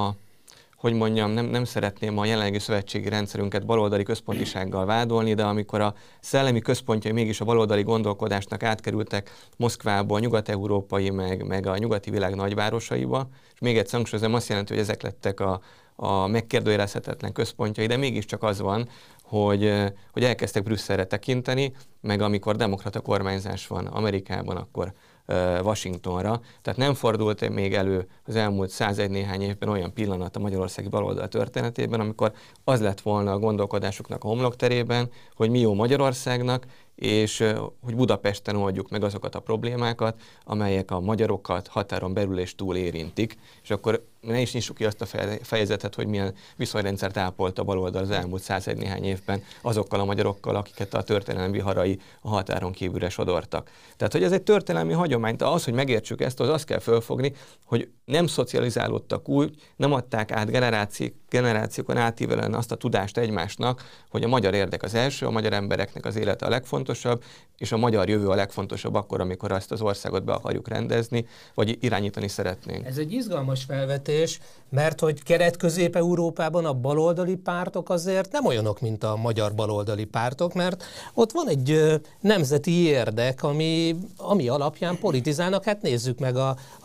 hogy mondjam, nem szeretném a jelenlegi szövetségi rendszerünket baloldali központisággal vádolni, de amikor a szellemi központjai mégis a baloldali gondolkodásnak átkerültek Moszkvából, nyugat-európai, meg a nyugati világ nagyvárosaiba, és még egyszer hangsúlyozom, azt jelenti, hogy ezek lettek a megkérdőjelezhetetlen központjai, de mégiscsak az van, hogy elkezdtek Brüsszelre tekinteni, meg amikor demokrata kormányzás van Amerikában, akkor Washingtonra. Tehát nem fordult még elő az elmúlt 101 néhány évben olyan pillanat a magyarországi baloldal történetében, amikor az lett volna a gondolkodásuknak a homlokterében, hogy mi jó Magyarországnak, és hogy Budapesten oldjuk meg azokat a problémákat, amelyek a magyarokat határon belül és túl érintik, és akkor ne is nyissuk ki azt a fejezetet, hogy milyen viszonyrendszert ápolt a baloldal az elmúlt 101 néhány évben azokkal a magyarokkal, akiket a történelmi viharai a határon kívülre sodortak. Tehát, hogy ez egy történelmi hagyomány, de az, hogy megértsük ezt, az azt kell fölfogni, hogy nem szocializálódtak úgy, nem adták át generációkon átívelően azt a tudást egymásnak, hogy a magyar érdek az első, a magyar embereknek az élete a legfontosabb, és a magyar jövő a legfontosabb akkor, amikor azt az országot be akarjuk rendezni, vagy irányítani szeretnénk. Ez egy izgalmas felvetés, mert hogy Kelet-Közép-Európában a baloldali pártok azért nem olyanok, mint a magyar baloldali pártok, mert ott van egy nemzeti érdek, ami alapján politizálnak. Hát nézzük meg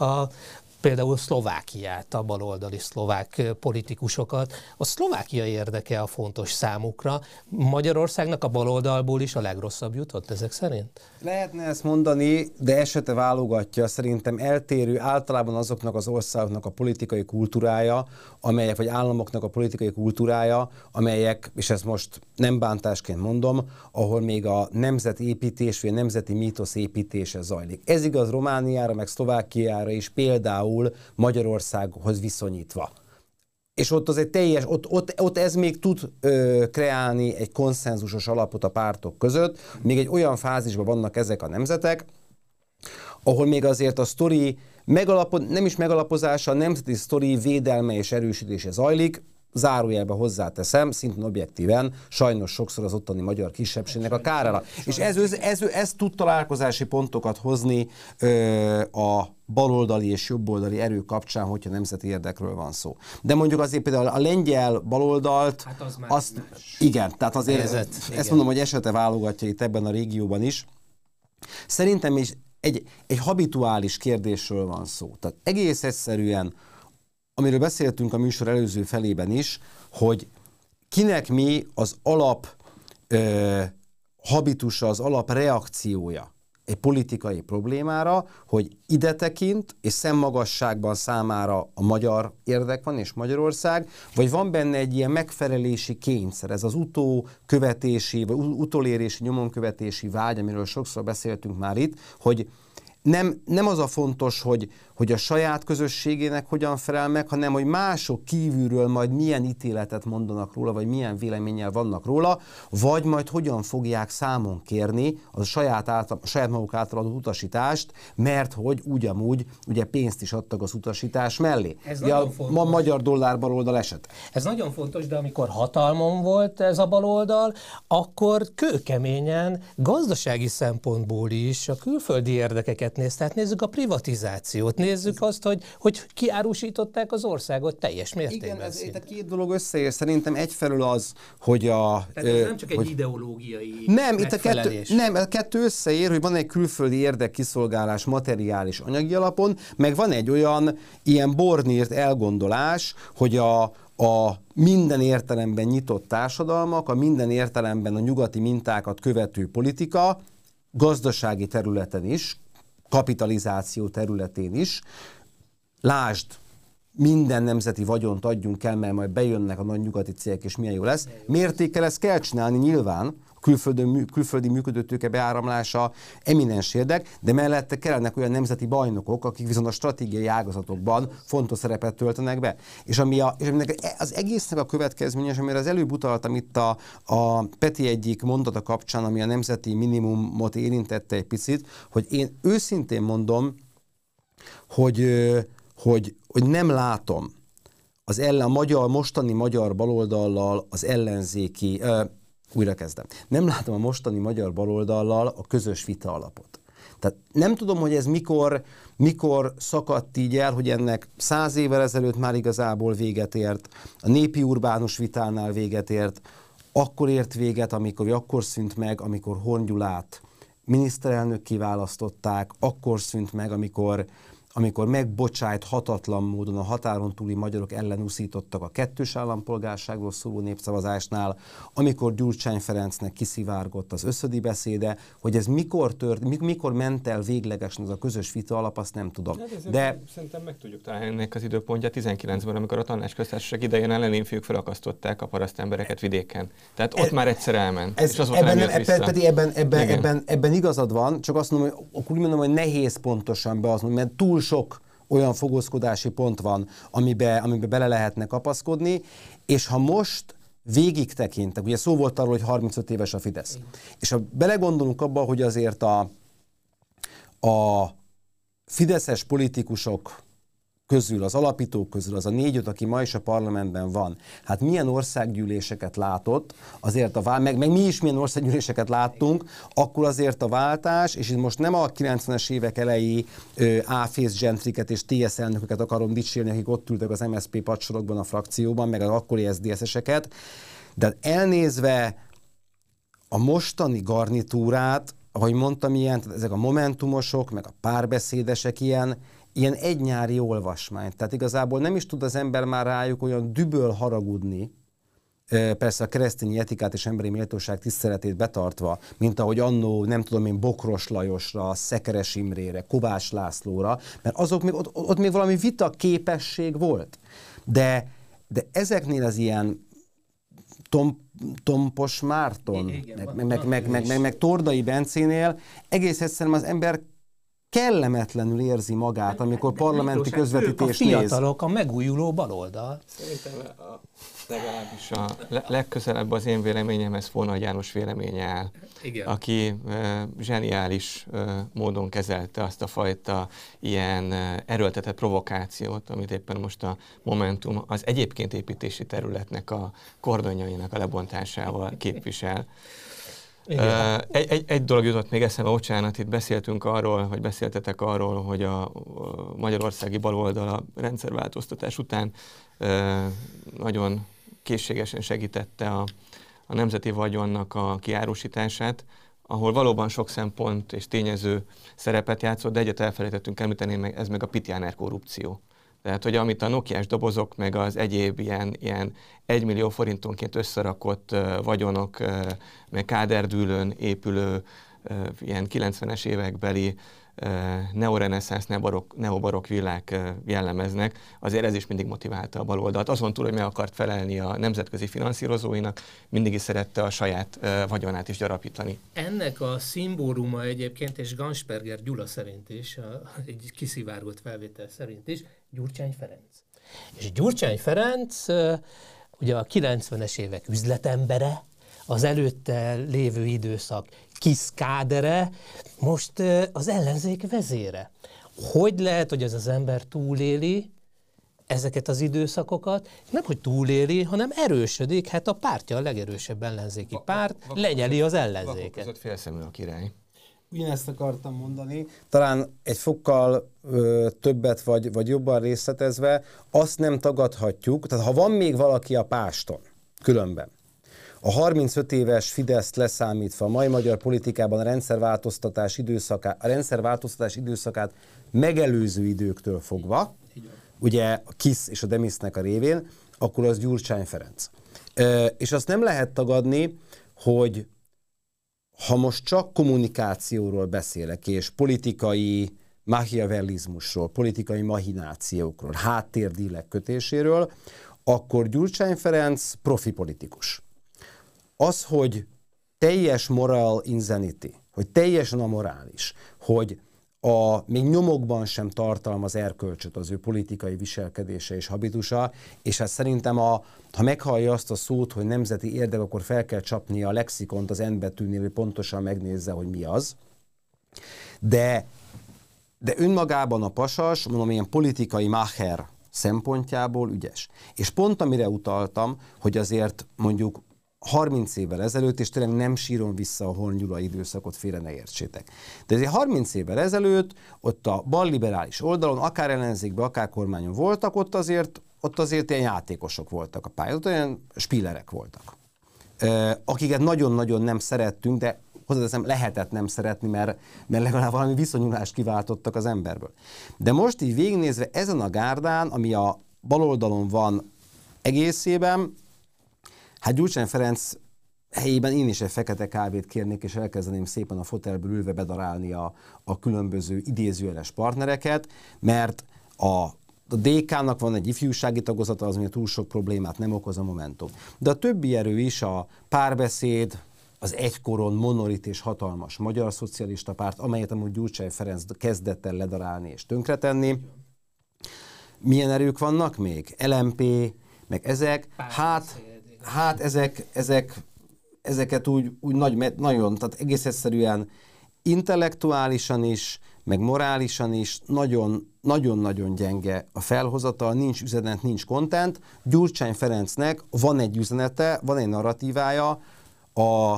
például Szlovákiát, a baloldali szlovák politikusokat. A Szlovákia érdeke a fontos számukra. Magyarországnak a baloldalból is a legrosszabb jutott ezek szerint? Lehetne ezt mondani, de esete válogatja. Szerintem eltérő általában azoknak az országoknak a politikai kultúrája, amelyek, vagy államoknak a politikai kultúrája, amelyek, és ezt most nem bántásként mondom, ahol még a nemzetépítés, vagy a nemzeti mítosz építése zajlik. Ez igaz Romániára, meg Szlovákiára is, például Magyarországhoz viszonyítva. És ott az egy teljes, ott ez még tud kreálni egy konszenzusos alapot a pártok között, még egy olyan fázisban vannak ezek a nemzetek, ahol még azért a sztori nem is megalapozása, a nemzeti sztori védelme és erősítése zajlik. zárójelbe hozzáteszem, szintén objektíven, sajnos sokszor az ottani magyar kisebbségnek a kárára. És ez tud találkozási pontokat hozni a baloldali és jobboldali erő kapcsán, hogyha nemzeti érdekről van szó. De mondjuk azért például a lengyel baloldalt, igen, tehát azért ezt mondom, hogy esete válogatja itt ebben a régióban is. Szerintem is egy habituális kérdésről van szó. Tehát egész egyszerűen, amiről beszéltünk a műsor előző felében is, hogy kinek mi az alap habitusa, az alap reakciója egy politikai problémára, hogy ide tekint, és szemmagasságban számára a magyar érdek van, és Magyarország, vagy van benne egy ilyen megfelelési kényszer, ez az utókövetési, vagy utolérési, nyomonkövetési vágy, amiről sokszor beszéltünk már itt, hogy nem az a fontos, hogy a saját közösségének hogyan felel meg, hanem hogy mások kívülről majd milyen ítéletet mondanak róla, vagy milyen véleménnyel vannak róla, vagy majd hogyan fogják számon kérni a saját maguk által adott utasítást, mert hogy ugyanúgy ugye pénzt is adtak az utasítás mellé. Ugye a magyar dollár baloldal eset. Ez nagyon fontos, de amikor hatalmon volt ez a baloldal, akkor kőkeményen gazdasági szempontból is a külföldi érdekeket nézte. Tehát nézzük a privatizációt, nézzük azt, hogy kiárusították az országot teljes mértékben. Igen, ez két dolog összeér. Szerintem egyfelől az, hogy tehát ez nem csak egy ideológiai megfelelés. A kettő összeér, hogy van egy külföldi érdekkiszolgálás materiális anyagi alapon, meg van egy olyan ilyen bornírt elgondolás, hogy a minden értelemben nyitott társadalmak, a minden értelemben a nyugati mintákat követő politika, gazdasági területen is, kapitalizáció területén is, lásd, minden nemzeti vagyont adjunk el, mert majd bejönnek a nagy nyugati cégek, és milyen jó lesz. Mértékkel ezt kell csinálni nyilván, külföldi működőtőke beáramlása eminens érdek, de mellette kellenek olyan nemzeti bajnokok, akik viszont a stratégiai ágazatokban fontos szerepet töltenek be. És aminek az egésznek a következménye, amire az előbb utaltam itt a Peti egyik mondata kapcsán, ami a nemzeti minimumot érintette egy picit, hogy én őszintén mondom, hogy nem látom mostani magyar baloldallal az ellenzéki, nem látom a mostani magyar baloldallal a közös vita alapot. Tehát nem tudom, hogy ez mikor szakadt így el, hogy ennek 100 évvel ezelőtt már igazából véget ért, a népi urbánus vitánál véget ért, akkor ért véget, akkor szűnt meg, amikor Horn Gyulát miniszterelnökké választották, akkor szűnt meg, amikor megbocsájthatatlan módon a határon túli magyarok ellen uszítottak a kettős állampolgárságról szóló népszavazásnál, amikor Gyurcsány Ferencnek kiszivárgott az összödi beszéde, hogy ez mikor ment el véglegesen az a közös vita alap, azt nem tudom. De szerintem meg tudjuk találni ennek az időpontja 19-ben, amikor a Tanácsköztársaság idején ellenén fiúk felakasztották a parasztembereket vidéken. Tehát ott már egyszer elment. És azóta nem jött vissza. Ebben igazad van, csak azt mondom, hogy nehéz pontosan beazonosítani, mert túl sok olyan fogózkodási pont van, amibe bele lehetne kapaszkodni, és ha most végig tekintek, ugye szó volt arról, hogy 35 éves a Fidesz, és ha belegondolunk abba, hogy azért a fideszes politikusok közül, az alapítók közül, az a 4-5, aki ma is a parlamentben van, hát milyen országgyűléseket látott, azért meg mi is milyen országgyűléseket láttunk, akkor azért a váltás, és itt most nem a 90-es évek elejé A-Face gentriket és TS elnököket akarom dicsérni, akik ott ültek az MSZP padsorokban a frakcióban, meg az akkori SZDSZ-eseket, de elnézve a mostani garnitúrát, ahogy mondtam, ezek a momentumosok, meg a párbeszédesek ilyen egynyári olvasmány. Tehát igazából nem is tud az ember már rájuk olyan düböl haragudni, persze a keresztény etikát és emberi méltóság tiszteletét betartva, mint ahogy annó, nem tudom én, Bokros Lajosra, Szekeres Imrére, Kovács Lászlóra, mert azok még, ott még valami vita képesség volt. De ezeknél az ilyen Tompos Márton, meg Tordai Bencénél egész egyszerűen az ember kellemetlenül érzi magát, amikor parlamenti közvetítést néz. A fiatalok, a megújuló baloldal. Szerintem legalábbis a legközelebb az én véleményemhez Fónagy János véleménye áll, igen. Aki zseniális módon kezelte azt a fajta ilyen erőltetett provokációt, amit éppen most a Momentum az egyébként építési területnek a kordonyainak a lebontásával képvisel. Egy dolog jutott még eszembe, bocsánat, itt beszéltetek arról, hogy a magyarországi baloldal a rendszerváltoztatás után nagyon készségesen segítette a nemzeti vagyonnak a kiárusítását, ahol valóban sok szempont és tényező szerepet játszott, de egyet elfelejtettünk említeni, ez meg a pitjáner korrupció. Tehát, hogy amit a nokiás dobozok, meg az egyéb ilyen 1 millió forintonként összerakott vagyonok, meg káderdűlőn épülő ilyen 90-es évekbeli neoreneszánsz, neobarokk villák jellemeznek, azért ez is mindig motiválta a baloldalt. Azon túl, hogy meg akart felelni a nemzetközi finanszírozóinak, mindig is szerette a saját vagyonát is gyarapítani. Ennek a szimbóluma egyébként, és Gansperger Gyula szerint is, egy kiszivárgott felvétel szerint is, Gyurcsány Ferenc. És Gyurcsány Ferenc ugye a 90-es évek üzletembere, az előtte lévő időszak kiszkádere, most az ellenzék vezére. Hogy lehet, hogy ez az ember túléli ezeket az időszakokat? Nem, hogy túléli, hanem erősödik. Hát a pártja a legerősebb ellenzéki párt, lenyeli az ellenzéket. Vakok között félszemű a király. Ugyanezt akartam mondani, talán egy fokkal többet vagy jobban részletezve, azt nem tagadhatjuk, tehát ha van még valaki a páston, különben, a 35 éves Fideszt leszámítva a mai magyar politikában a rendszerváltoztatás időszakát megelőző időktől fogva, ugye a KISZ és a Demisznek a révén, akkor az Gyurcsány Ferenc. És azt nem lehet tagadni, hogy ha most csak kommunikációról beszélek, és politikai machiavellizmusról, politikai mahinációkról, háttérdílek kötéséről, akkor Gyurcsány Ferenc profi politikus. Az, hogy teljes moral insanity, hogy teljesen amorális, hogy még nyomokban sem tartalmaz erkölcsöt az ő politikai viselkedése és habitusa, és hát szerintem, ha meghallja azt a szót, hogy nemzeti érdek, akkor fel kell csapnia a lexikont az N betűnél, hogy pontosan megnézze, hogy mi az. De önmagában a pasas, mondom, ilyen politikai macher szempontjából ügyes. És pont amire utaltam, hogy azért mondjuk 30 évvel ezelőtt, és tényleg nem sírom vissza a Horn Gyula időszakot, félre ne értsétek. De azért 30 évvel ezelőtt ott a balliberális oldalon, akár ellenzékben, akár kormányon voltak, ott azért ilyen játékosok voltak a pályán, ott olyan spillerek voltak. Akiket nagyon-nagyon nem szerettünk, de hozzáteszem, lehetett nem szeretni, mert legalább valami viszonyulást kiváltottak az emberből. De most így végignézve ezen a gárdán, ami a baloldalon van egészében, hát Gyurcsány Ferenc helyében én is egy fekete kávét kérnék, és elkezdeném szépen a fotelből ülve bedarálni a különböző idézőjeles partnereket, mert a DK-nak van egy ifjúsági tagozata, az, ami túl sok problémát nem okoz a Momentum. De a többi erő is, a Párbeszéd, az egykoron monolit és hatalmas Magyar Szocialista Párt, amelyet amúgy Gyurcsány Ferenc kezdett el ledarálni és tönkretenni. Milyen erők vannak még? LMP, meg ezek. Hát ezeket úgy nagyon, tehát egész egyszerűen intellektuálisan is, meg morálisan is nagyon-nagyon gyenge a felhozatal, nincs üzenet, nincs content. Gyurcsány Ferencnek van egy üzenete, van egy narratívája, a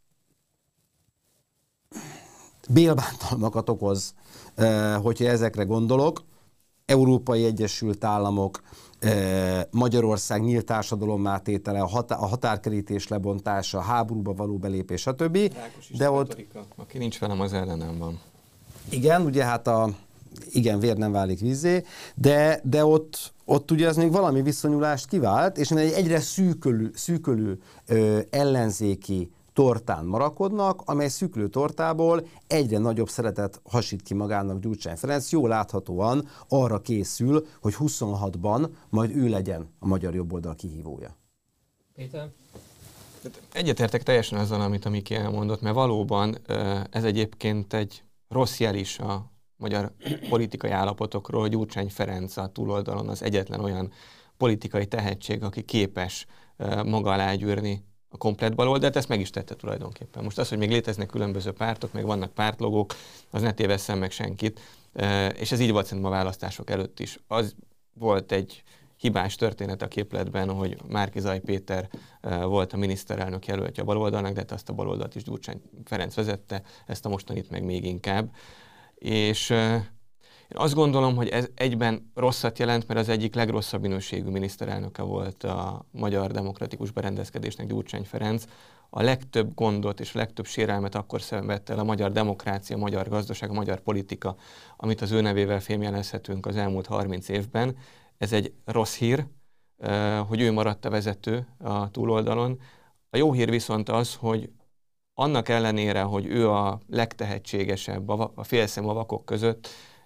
bélbántalmakat okoz, hogyha ezekre gondolok. Európai Egyesült Államok, Magyarország nyílt társadalommátétele, a határkerítés lebontása, a háborúba való belépés, stb. De ott, aki nincs velem, az ellenem van. Igen, ugye hát igen, vér nem válik vízzé, de ott ugye ez még valami viszonyulást kivált, és egy egyre szűkölő ellenzéki tortán marakodnak, amely szűkülő tortából egyre nagyobb szeretet hasít ki magának Gyurcsány Ferenc, jól láthatóan arra készül, hogy 26-ban majd ő legyen a magyar jobboldal kihívója. Péter? Egyetértek teljesen azzal, amit a Miki elmondott, mert valóban ez egyébként egy rossz jel is a magyar politikai állapotokról, hogy Gyurcsány Ferenc a túloldalon az egyetlen olyan politikai tehetség, aki képes maga alá gyűrni a komplett baloldalt, ezt meg is tette tulajdonképpen. Most az, hogy még léteznek különböző pártok, meg vannak pártlogók, az ne tévesszen meg senkit, és ez így volt szerintem a választások előtt is. Az volt egy hibás történet a képletben, hogy Márki-Zay Péter volt a miniszterelnök jelöltje a baloldalnak, de hát azt a baloldalt is Gyurcsány Ferenc vezette, ezt a mostanit meg még inkább. És én azt gondolom, hogy ez egyben rosszat jelent, mert az egyik legrosszabb minőségű miniszterelnöke volt a magyar demokratikus berendezkedésnek Gyurcsány Ferenc. A legtöbb gondot és a legtöbb sérelmet akkor szenvedte el a magyar demokrácia, a magyar gazdaság, a magyar politika, amit az ő nevével fémjelezhetünk az elmúlt 30 évben. Ez egy rossz hír, hogy ő maradt a vezető a túloldalon. A jó hír viszont az, hogy annak ellenére, hogy ő a legtehetségesebb a félszemű vakok között,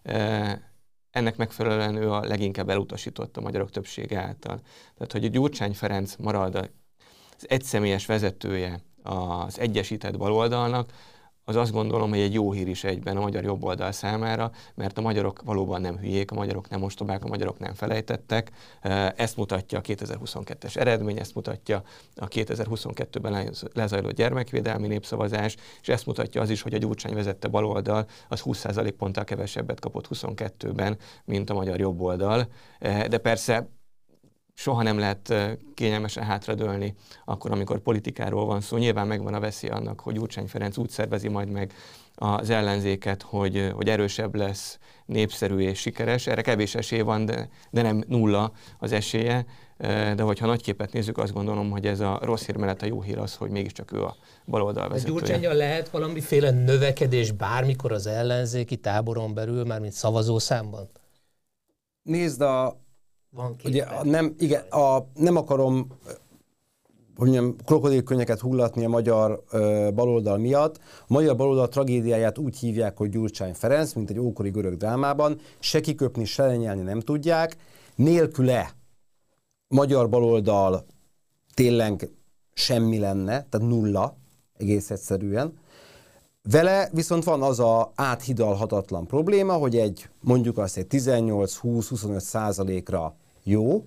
ennek megfelelően ő a leginkább elutasított a magyarok többsége által. Tehát, hogy a Gyurcsány Ferenc marad az egyszemélyes vezetője az egyesített baloldalnak, az azt gondolom, hogy egy jó hír is egyben a magyar jobboldal számára, mert a magyarok valóban nem hülyék, a magyarok nem ostobák, a magyarok nem felejtettek. Ezt mutatja a 2022-es eredmény, ezt mutatja a 2022-ben lezajló gyermekvédelmi népszavazás, és ezt mutatja az is, hogy a Gyurcsány vezette baloldal, az 20% ponttal kevesebbet kapott 22-ben, mint a magyar jobboldal. De persze soha nem lehet kényelmesen hátradőlni akkor, amikor politikáról van szó. Nyilván megvan a veszély annak, hogy Gyurcsány Ferenc úgy szervezi majd meg az ellenzéket, hogy erősebb lesz, népszerű és sikeres. Erre kevés esély van, de nem nulla az esélye. De hogyha nagy képet nézzük, azt gondolom, hogy ez a rossz hír mellett a jó hír az, hogy mégiscsak ő a baloldal vezetője. Gyurcsánnyal lehet valamiféle növekedés bármikor az ellenzéki táboron belül, mármint szavazószámban? Nézd, ugye, nem akarom hogy mondjam, krokodilkönnyeket hullatni a magyar baloldal miatt. A magyar baloldal tragédiáját úgy hívják, hogy Gyurcsány Ferenc, mint egy ókori görög drámában, se kiköpni, se lenyelni nem tudják. Nélküle magyar baloldal tényleg semmi lenne, tehát nulla, egész egyszerűen. Vele viszont van az a áthidalhatatlan probléma, hogy mondjuk azt egy 18-20-25%-ra jó,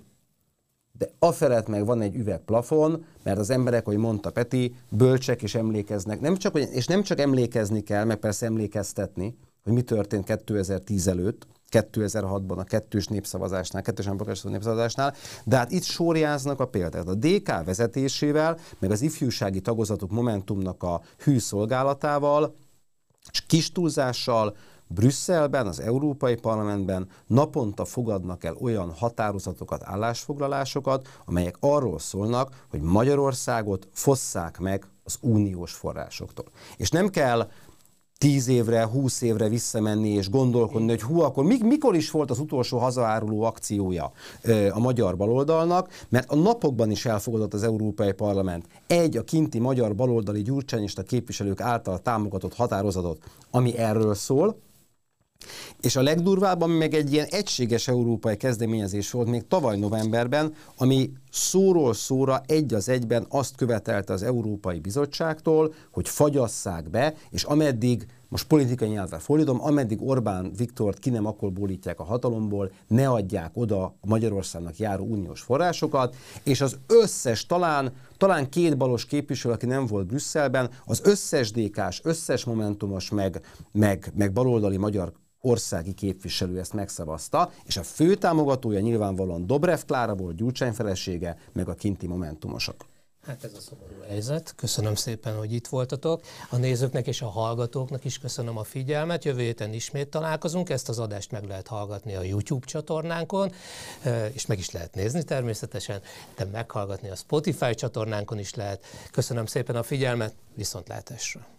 de afelett meg van egy üvegplafon, mert az emberek, ahogy mondta Peti, bölcsek és emlékeznek. Nem csak emlékezni kell, meg persze emlékeztetni, hogy mi történt 2010 előtt, 2006-ban a kettős népszavazásnál, de hát itt sorjáznak a példák. A DK vezetésével, meg az ifjúsági tagozatok Momentumnak a hű szolgálatával, és kis túlzással Brüsszelben, az Európai Parlamentben naponta fogadnak el olyan határozatokat, állásfoglalásokat, amelyek arról szólnak, hogy Magyarországot fosszák meg az uniós forrásoktól. És nem kell 10 évre, 20 évre visszamenni és gondolkodni, hogy akkor mikor is volt az utolsó hazaáruló akciója a magyar baloldalnak, mert a napokban is elfogadott az Európai Parlament a kinti magyar baloldali gyurcsányista képviselők által támogatott határozatot, ami erről szól, és a legdurvább, ami meg egy ilyen egységes európai kezdeményezés volt még tavaly novemberben, ami szóról szóra egy az egyben azt követelte az Európai Bizottságtól, hogy fagyasszák be, és ameddig, most politikai nyelvre fordítom, ameddig Orbán Viktort ki nem akkor bólítják a hatalomból, ne adják oda a Magyarországnak járó uniós forrásokat, és az összes, talán két balos képviselő, aki nem volt Brüsszelben, az összes DK-s, összes momentumos, meg baloldali magyar országi képviselő ezt megszavazta, és a fő támogatója nyilvánvalóan Dobrev Klára volt, Gyurcsány felesége, meg a kinti momentumosok. Hát ez a szomorú helyzet. Köszönöm szépen, hogy itt voltatok. A nézőknek és a hallgatóknak is köszönöm a figyelmet. Jövő héten ismét találkozunk. Ezt az adást meg lehet hallgatni a YouTube csatornánkon, és meg is lehet nézni természetesen, de meghallgatni a Spotify csatornánkon is lehet. Köszönöm szépen a figyelmet, viszontlátásra!